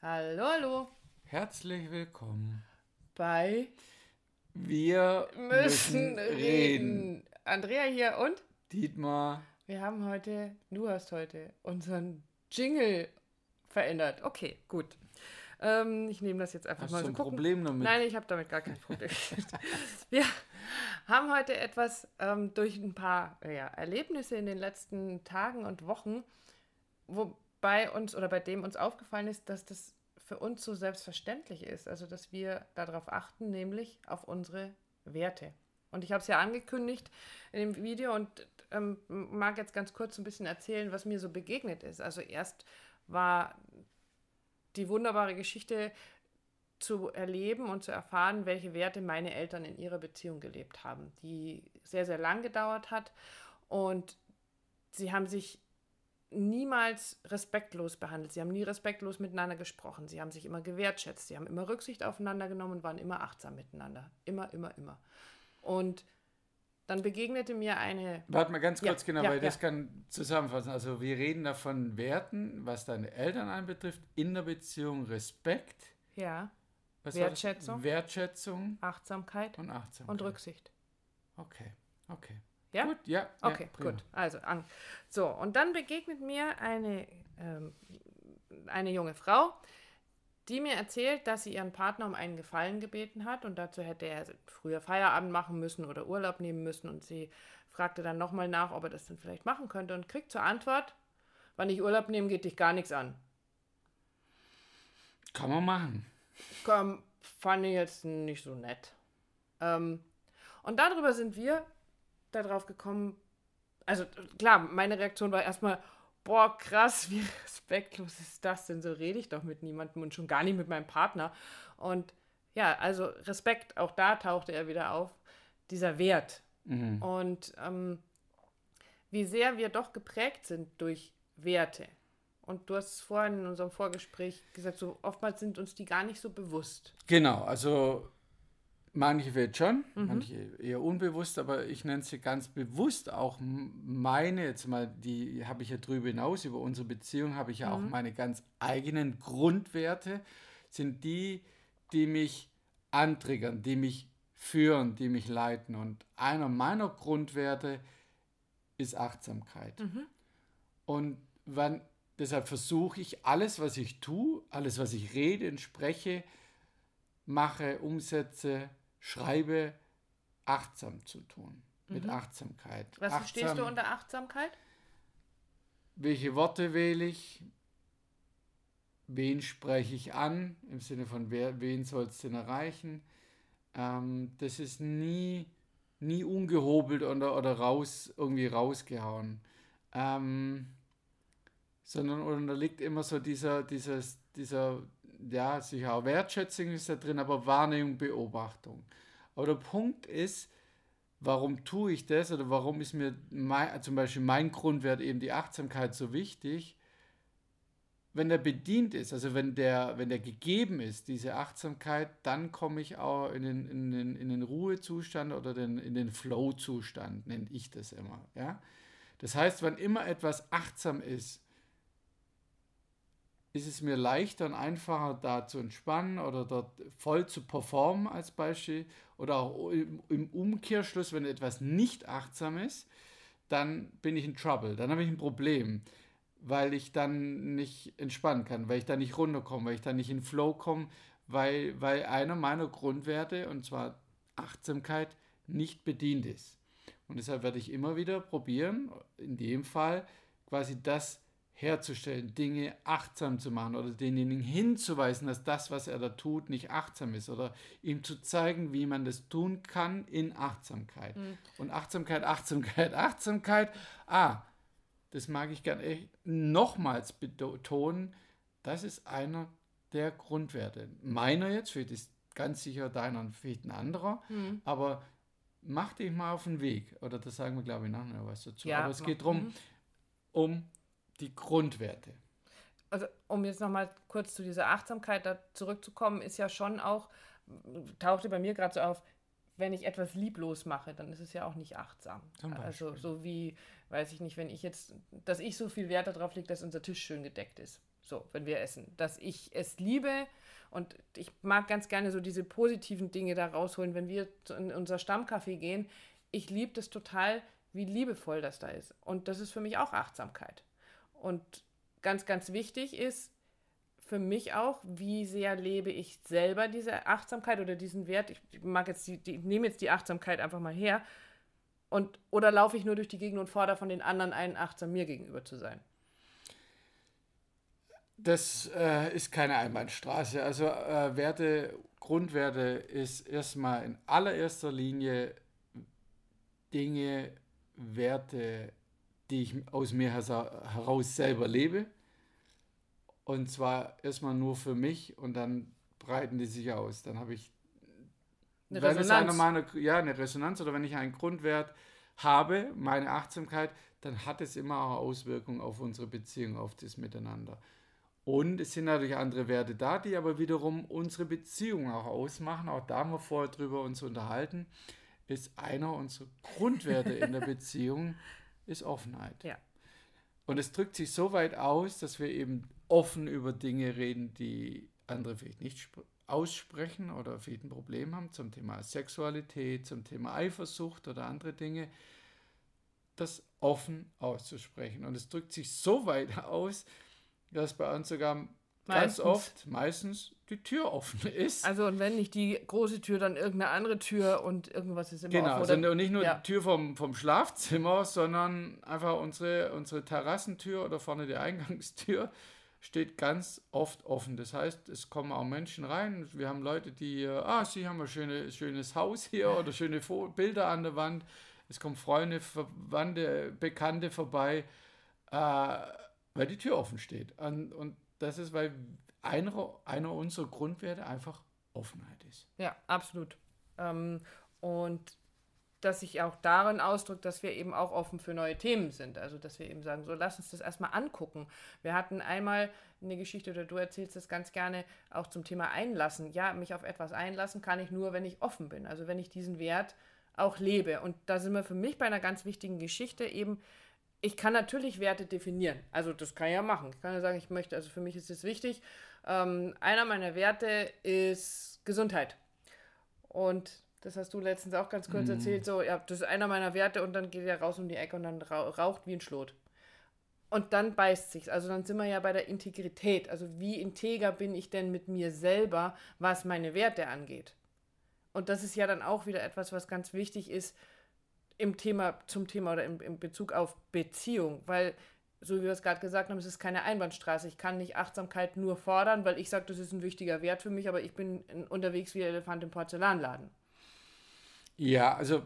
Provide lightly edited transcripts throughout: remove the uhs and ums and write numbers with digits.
Hallo, hallo. Herzlich willkommen. Bei Wir müssen reden. Andrea hier und Dietmar. du hast heute unseren Jingle verändert. Okay, gut. Ich nehme das jetzt einfach Hast mal du so ein gucken. Problem damit? Nein, ich habe damit gar kein Problem. Wir haben heute etwas durch ein paar Erlebnisse in den letzten Tagen und Wochen, bei dem uns aufgefallen ist, dass das für uns so selbstverständlich ist. Also, dass wir darauf achten, nämlich auf unsere Werte. Und ich habe es ja angekündigt in dem Video und mag jetzt ganz kurz ein bisschen erzählen, was mir so begegnet ist. Also erst war die wunderbare Geschichte zu erleben und zu erfahren, welche Werte meine Eltern in ihrer Beziehung gelebt haben, die sehr, sehr lang gedauert hat. Und sie haben sich niemals respektlos behandelt. Sie haben nie respektlos miteinander gesprochen. Sie haben sich immer gewertschätzt. Sie haben immer Rücksicht aufeinander genommen und waren immer achtsam miteinander. Immer, immer, immer. Und dann begegnete mir eine... Warte mal ganz kurz, weil ja. das kann zusammenfassen. Also wir reden da von Werten, was deine Eltern anbetrifft, in der Beziehung Respekt. Ja. Was Wertschätzung. Wertschätzung. Achtsamkeit. Und Achtsamkeit. Und Rücksicht. Okay. Ja? Gut, ja. Okay, ja, gut. Also, so, und dann begegnet mir eine junge Frau, die mir erzählt, dass sie ihren Partner um einen Gefallen gebeten hat und dazu hätte er früher Feierabend machen müssen oder Urlaub nehmen müssen und sie fragte dann nochmal nach, ob er das denn vielleicht machen könnte und kriegt zur Antwort, wann ich Urlaub nehme, geht dich gar nichts an. Kann man machen. Fand ich jetzt nicht so nett. Und darüber sind wir darauf gekommen, also klar, meine Reaktion war erstmal, boah, krass, wie respektlos ist das denn? So rede ich doch mit niemandem und schon gar nicht mit meinem Partner. Und ja, also Respekt, auch da tauchte er wieder auf, dieser Wert. Mhm. Und wie sehr wir doch geprägt sind durch Werte. Und du hast es vorhin in unserem Vorgespräch gesagt, so oftmals sind uns die gar nicht so bewusst. Genau, also manche wird schon, manche eher unbewusst, aber ich nenne sie ganz bewusst auch meine, jetzt mal, die habe ich ja drüber hinaus, über unsere Beziehung habe ich ja auch meine ganz eigenen Grundwerte, sind die, die mich antriggern, die mich führen, die mich leiten. Und einer meiner Grundwerte ist Achtsamkeit. Und deshalb versuche ich alles, was ich tue, alles, was ich rede und spreche, mache, umsetze, schreibe, achtsam zu tun. Mit Achtsamkeit. Was verstehst du unter Achtsamkeit? Welche Worte wähle ich? Wen spreche ich an? Im Sinne von, wen soll es denn erreichen? Das ist nie ungehobelt oder irgendwie rausgehauen. Sondern unterliegt immer so dieser, ja, sicher auch Wertschätzung ist da drin, aber Wahrnehmung, Beobachtung. Aber der Punkt ist, warum tue ich das oder warum ist mir zum Beispiel mein Grundwert eben die Achtsamkeit so wichtig? Wenn der bedient ist, also wenn der gegeben ist, diese Achtsamkeit, dann komme ich auch in den Ruhezustand oder in den Flow-Zustand, nenne ich das immer. Ja? Das heißt, wann immer etwas achtsam ist es mir leichter und einfacher, da zu entspannen oder dort voll zu performen als Beispiel. Oder auch im Umkehrschluss, wenn etwas nicht achtsam ist, dann bin ich in Trouble, dann habe ich ein Problem, weil ich dann nicht entspannen kann, weil ich dann nicht runterkomme, weil ich dann nicht in Flow komme, weil einer meiner Grundwerte, und zwar Achtsamkeit, nicht bedient ist. Und deshalb werde ich immer wieder probieren, in dem Fall quasi das herzustellen, Dinge achtsam zu machen oder denjenigen hinzuweisen, dass das, was er da tut, nicht achtsam ist oder ihm zu zeigen, wie man das tun kann in Achtsamkeit. Und Achtsamkeit, das mag ich gerne nochmals betonen, das ist einer der Grundwerte. Meiner jetzt, vielleicht ist ganz sicher deiner und vielleicht ein anderer, aber mach dich mal auf den Weg. Oder das sagen wir, glaube ich, nachher noch was dazu. Ja, aber es geht darum, um die Grundwerte. Also um jetzt nochmal kurz zu dieser Achtsamkeit da zurückzukommen, ist ja schon auch, tauchte bei mir gerade so auf, wenn ich etwas lieblos mache, dann ist es ja auch nicht achtsam. Also so wie, weiß ich nicht, wenn ich jetzt, dass ich so viel Wert darauf lege, dass unser Tisch schön gedeckt ist. so, wenn wir essen. Dass ich es liebe und ich mag ganz gerne so diese positiven Dinge da rausholen, wenn wir in unser Stammcafé gehen. Ich liebe das total, wie liebevoll das da ist. Und das ist für mich auch Achtsamkeit. Und ganz, ganz wichtig ist für mich auch, wie sehr lebe ich selber diese Achtsamkeit oder diesen Wert. Ich mag jetzt nehme jetzt die Achtsamkeit einfach mal her. Oder laufe ich nur durch die Gegend und fordere von den anderen ein, achtsam mir gegenüber zu sein? Das ist keine Einbahnstraße. Also Grundwerte ist erstmal in allererster Linie Dinge, Werte, die ich aus mir heraus selber lebe. Und zwar erstmal nur für mich und dann breiten die sich aus. Dann habe ich Eine wenn es Resonanz. eine Resonanz oder wenn ich einen Grundwert habe, meine Achtsamkeit, dann hat es immer auch Auswirkungen auf unsere Beziehung, auf das Miteinander. Und es sind natürlich andere Werte da, die aber wiederum unsere Beziehung auch ausmachen. Auch da haben wir vorher drüber uns unterhalten. Ist einer unserer Grundwerte in der Beziehung, ist Offenheit. Ja. Und es drückt sich so weit aus, dass wir eben offen über Dinge reden, die andere vielleicht nicht aussprechen oder vielleicht ein Problem haben, zum Thema Sexualität, zum Thema Eifersucht oder andere Dinge, das offen auszusprechen. Und es drückt sich so weit aus, dass bei uns sogar ganz oft, meistens, die Tür offen ist. Also und wenn nicht die große Tür, dann irgendeine andere Tür und irgendwas ist immer Genau, offen. also nicht nur die Tür vom Schlafzimmer, sondern einfach unsere Terrassentür oder vorne die Eingangstür steht ganz oft offen. Das heißt, es kommen auch Menschen rein. Wir haben Leute, die, sie haben ein schönes Haus hier oder schöne Bilder an der Wand. Es kommen Freunde, Verwandte, Bekannte vorbei, weil die Tür offen steht. Und das ist, weil einer unserer Grundwerte einfach Offenheit ist. Ja, absolut. Und dass sich auch darin ausdrückt, dass wir eben auch offen für neue Themen sind. Also, dass wir eben sagen, so, lass uns das erstmal angucken. Wir hatten einmal eine Geschichte, oder du erzählst das ganz gerne, auch zum Thema Einlassen. Ja, mich auf etwas einlassen kann ich nur, wenn ich offen bin. Also, wenn ich diesen Wert auch lebe. Und da sind wir für mich bei einer ganz wichtigen Geschichte eben, ich kann natürlich Werte definieren. Also, das kann ich ja machen. Ich kann ja sagen, also für mich ist es wichtig. Einer meiner Werte ist Gesundheit. Und das hast du letztens auch ganz kurz erzählt, so, ja, das ist einer meiner Werte und dann geht er raus um die Ecke und dann raucht wie ein Schlot. Und dann beißt sich's. Also dann sind wir ja bei der Integrität. Also wie integer bin ich denn mit mir selber, was meine Werte angeht? Und das ist ja dann auch wieder etwas, was ganz wichtig ist zum Thema oder im Bezug auf Beziehung. Weil, so wie wir es gerade gesagt haben, es ist keine Einbahnstraße. Ich kann nicht Achtsamkeit nur fordern, weil ich sage, das ist ein wichtiger Wert für mich, aber ich bin unterwegs wie der Elefant im Porzellanladen. Ja, also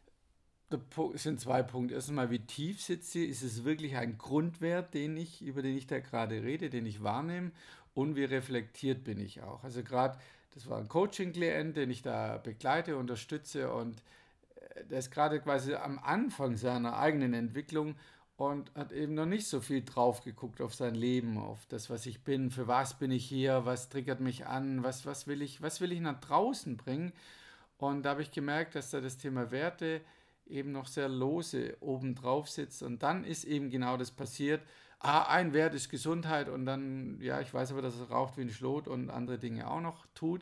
es sind zwei Punkte. Erstmal, wie tief sitzt sie? Ist es wirklich ein Grundwert, über den ich da gerade rede, den ich wahrnehme? Und wie reflektiert bin ich auch? Also gerade, das war ein Coaching-Klient, den ich da begleite, unterstütze und der ist gerade quasi am Anfang seiner eigenen Entwicklung und hat eben noch nicht so viel drauf geguckt auf sein Leben, auf das, was ich bin, für was bin ich hier, was triggert mich an, was will ich nach draußen bringen. Und da habe ich gemerkt, dass da das Thema Werte eben noch sehr lose oben drauf sitzt. Und dann ist eben genau das passiert. Ein Wert ist Gesundheit und dann, ja, ich weiß aber, dass er raucht wie ein Schlot und andere Dinge auch noch tut.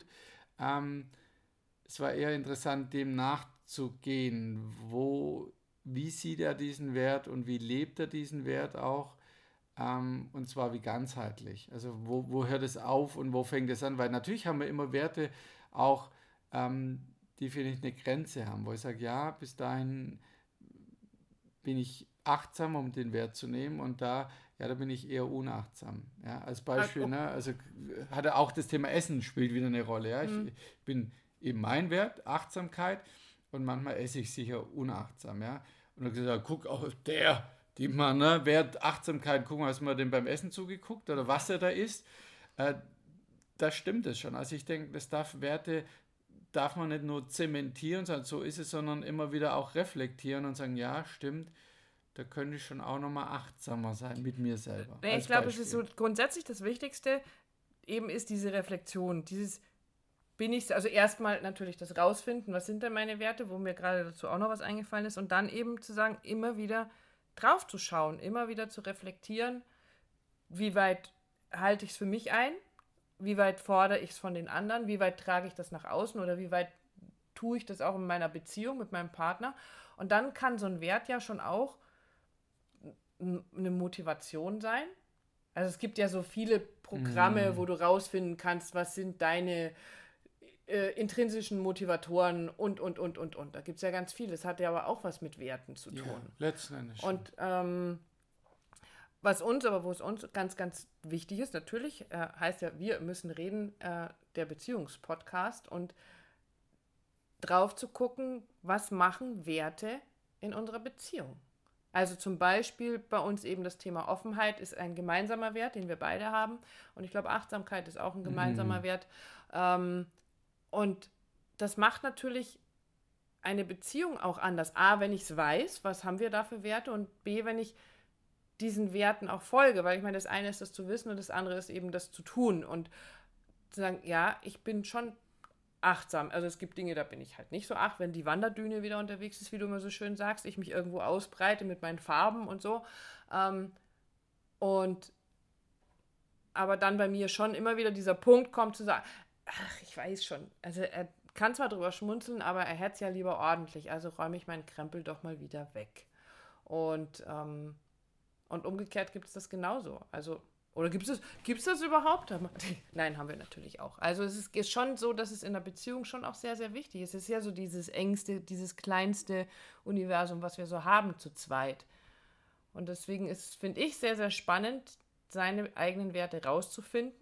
Es war eher interessant, dem nachzugehen. Wie sieht er diesen Wert und wie lebt er diesen Wert auch? Und zwar wie ganzheitlich. Also wo hört es auf und wo fängt es an? Weil natürlich haben wir immer Werte auch, die vielleicht eine Grenze haben, wo ich sage, ja, bis dahin bin ich achtsam, um den Wert zu nehmen und da bin ich eher unachtsam. Ja, als Beispiel, ne, also hatte auch das Thema Essen spielt wieder eine Rolle. Ja. Ich bin eben mein Wert, Achtsamkeit und manchmal esse ich sicher unachtsam. Ja. Und dann gesagt, guck auch Wert Achtsamkeit, guck mal, hast du mal dem beim Essen zugeguckt oder was er da isst. Da stimmt es schon. Also ich denke, Werte darf man nicht nur zementieren, so ist es, sondern immer wieder auch reflektieren und sagen, ja, stimmt, da könnte ich schon auch nochmal achtsamer sein mit mir selber. Ich glaube, es ist so grundsätzlich das Wichtigste, eben ist diese Reflexion, also erstmal natürlich das Rausfinden, was sind denn meine Werte, wo mir gerade dazu auch noch was eingefallen ist und dann eben zu sagen, immer wieder drauf zu schauen, immer wieder zu reflektieren, wie weit halte ich es für mich ein? Wie weit fordere ich es von den anderen? Wie weit trage ich das nach außen? Oder wie weit tue ich das auch in meiner Beziehung mit meinem Partner? Und dann kann so ein Wert ja schon auch eine Motivation sein. Also es gibt ja so viele Programme, wo du rausfinden kannst, was sind deine intrinsischen Motivatoren und. Da gibt es ja ganz viel. Das hat ja aber auch was mit Werten zu tun. Ja, letzten Endes schon. Und wo es uns ganz, ganz wichtig ist, natürlich heißt ja, wir müssen reden, der Beziehungspodcast und drauf zu gucken, was machen Werte in unserer Beziehung. Also zum Beispiel bei uns eben das Thema Offenheit ist ein gemeinsamer Wert, den wir beide haben. Und ich glaube, Achtsamkeit ist auch ein gemeinsamer Wert. Und das macht natürlich eine Beziehung auch anders. A, wenn ich es weiß, was haben wir da für Werte? Und B, wenn ich diesen Werten auch folge. Weil ich meine, das eine ist das zu wissen und das andere ist eben das zu tun. Und zu sagen, ja, ich bin schon achtsam. Also es gibt Dinge, da bin ich halt nicht so acht, wenn die Wanderdüne wieder unterwegs ist, wie du immer so schön sagst, ich mich irgendwo ausbreite mit meinen Farben und so. Aber dann bei mir schon immer wieder dieser Punkt kommt zu sagen, ach, ich weiß schon. Also er kann zwar drüber schmunzeln, aber er hätte es ja lieber ordentlich. Also räume ich meinen Krempel doch mal wieder weg. Und umgekehrt gibt es das genauso. Also oder gibt es das überhaupt? Nein, haben wir natürlich auch. Also es ist schon so, dass es in der Beziehung schon auch sehr, sehr wichtig ist. Es ist ja so dieses engste, dieses kleinste Universum, was wir so haben zu zweit. Und deswegen finde ich, sehr, sehr spannend, seine eigenen Werte rauszufinden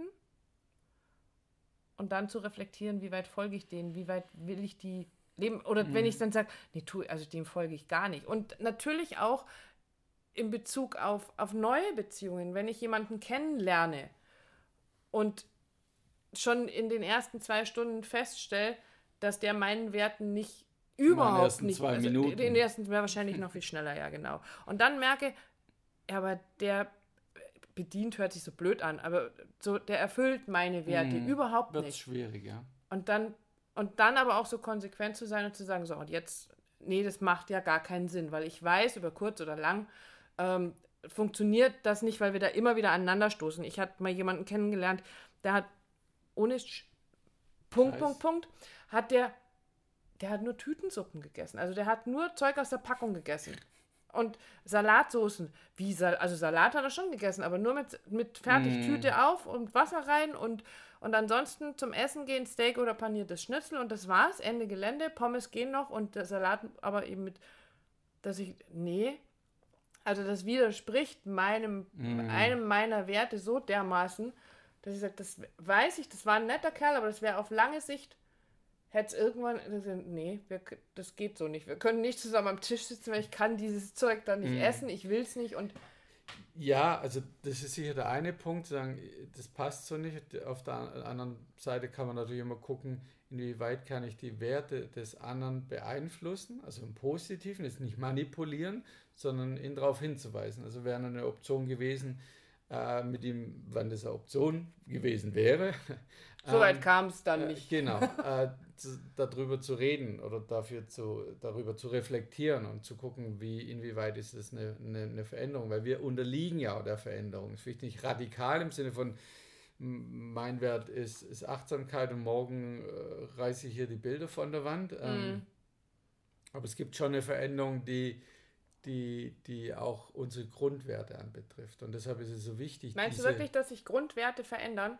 und dann zu reflektieren, wie weit folge ich denen, wie weit will ich die leben. Oder wenn ich dann sage, nee, also dem folge ich gar nicht. Und natürlich auch in Bezug auf neue Beziehungen, wenn ich jemanden kennenlerne und schon in den ersten 2 Stunden feststelle, dass der meinen Werten nicht überhaupt nicht. Also in den ersten wäre wahrscheinlich noch viel schneller, ja genau. Und dann merke, ja, aber der bedient hört sich so blöd an, aber so der erfüllt meine Werte überhaupt nicht. Wird schwierig, ja. Und dann aber auch so konsequent zu sein und zu sagen, so und jetzt, nee, das macht ja gar keinen Sinn, weil ich weiß, über kurz oder lang funktioniert das nicht, weil wir da immer wieder aneinander stoßen. Ich hatte mal jemanden kennengelernt, der hat ohne Punkt, der hat nur Tütensuppen gegessen. Also der hat nur Zeug aus der Packung gegessen. Und Salatsoßen, also Salat hat er schon gegessen, aber nur mit Fertigtüte auf und Wasser rein und ansonsten zum Essen gehen Steak oder paniertes Schnitzel und das war's, Ende Gelände, Pommes gehen noch und der Salat aber eben also das widerspricht einem meiner Werte so dermaßen, dass ich sage, das weiß ich, das war ein netter Kerl, aber das wäre auf lange Sicht, hätte es irgendwann gesagt, nee, das geht so nicht. Wir können nicht zusammen am Tisch sitzen, weil ich kann dieses Zeug dann nicht essen, ich will es nicht. Und ja, also das ist sicher der eine Punkt, sagen, das passt so nicht. Auf der anderen Seite kann man natürlich immer gucken, inwieweit kann ich die Werte des anderen beeinflussen, also im Positiven, jetzt nicht manipulieren, sondern ihn darauf hinzuweisen. Also wäre eine Option gewesen, mit ihm, wann das eine Option gewesen wäre. Soweit kam es dann nicht. Genau, darüber zu reden oder darüber zu reflektieren und zu gucken, inwieweit ist das eine Veränderung, weil wir unterliegen ja auch der Veränderung. Das ist vielleicht nicht radikal im Sinne von, mein Wert ist Achtsamkeit und morgen reiße ich hier die Bilder von der Wand. Aber es gibt schon eine Veränderung, die auch unsere Grundwerte anbetrifft. Und deshalb ist es so wichtig. Meinst du wirklich, dass sich Grundwerte verändern?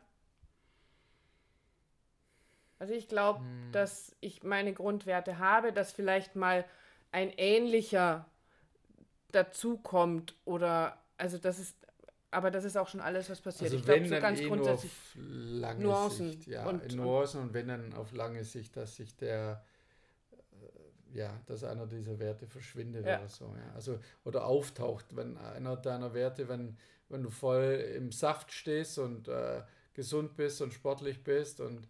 Also ich glaube, dass ich meine Grundwerte habe, dass vielleicht mal ein ähnlicher dazukommt oder, also das ist auch schon alles, was passiert. Also ich glaube, wenn so dann ganz grundsätzlich auf lange Nuancen. Sicht, ja, Nuancen und wenn dann auf lange Sicht, dass sich dass einer dieser Werte verschwindet oder so. Ja. Also, oder auftaucht, wenn einer deiner Werte, wenn du voll im Saft stehst und gesund bist und sportlich bist und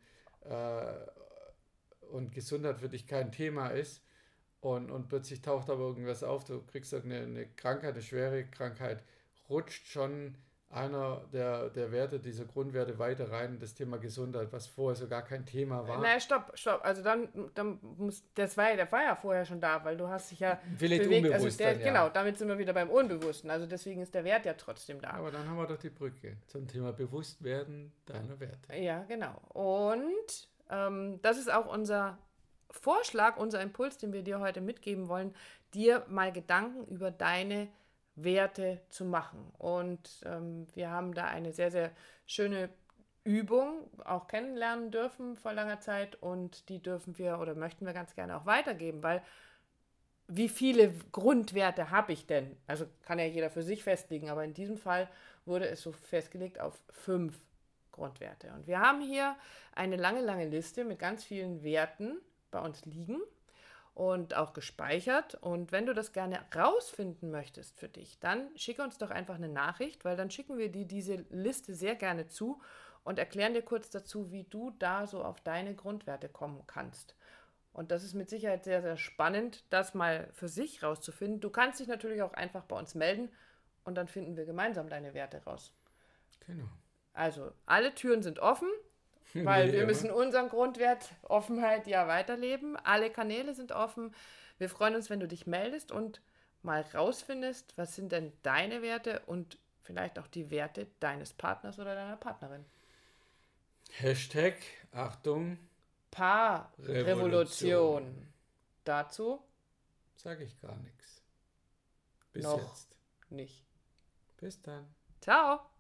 Gesundheit für dich kein Thema ist und plötzlich taucht aber irgendwas auf, du kriegst eine Krankheit, eine schwere Krankheit, rutscht schon einer der Werte, dieser Grundwerte weiter rein in das Thema Gesundheit, was vorher so gar kein Thema war. Nein, stopp. Also dann muss, der war ja vorher schon da, weil du hast dich ja Vielleicht bewegt. unbewusst Also dann, ja. genau, damit sind wir wieder beim Unbewussten. Also deswegen ist der Wert ja trotzdem da. Aber dann haben wir doch die Brücke zum Thema Bewusstwerden deiner Werte. Ja, genau. Und das ist auch unser Vorschlag, unser Impuls, den wir dir heute mitgeben wollen, dir mal Gedanken über deine Werte zu machen. Und wir haben da eine sehr, sehr schöne Übung auch kennenlernen dürfen vor langer Zeit und die dürfen wir oder möchten wir ganz gerne auch weitergeben, weil wie viele Grundwerte habe ich denn? Also kann ja jeder für sich festlegen, aber in diesem Fall wurde es so festgelegt auf 5 Grundwerte. Und wir haben hier eine lange, lange Liste mit ganz vielen Werten bei uns liegen und auch gespeichert. Und wenn du das gerne rausfinden möchtest für dich, dann schicke uns doch einfach eine Nachricht, weil dann schicken wir dir diese Liste sehr gerne zu und erklären dir kurz dazu, wie du da so auf deine Grundwerte kommen kannst. Und das ist mit Sicherheit sehr, sehr spannend, das mal für sich rauszufinden. Du kannst dich natürlich auch einfach bei uns melden und dann finden wir gemeinsam deine Werte raus. Genau. Also, alle Türen sind offen, weil wir müssen unseren Grundwert Offenheit ja weiterleben. Alle Kanäle sind offen. Wir freuen uns, wenn du dich meldest und mal rausfindest, was sind denn deine Werte und vielleicht auch die Werte deines Partners oder deiner Partnerin. Hashtag, Achtung, Paarrevolution. Dazu sage ich gar nichts. Bis noch jetzt. nicht. Bis dann. Ciao.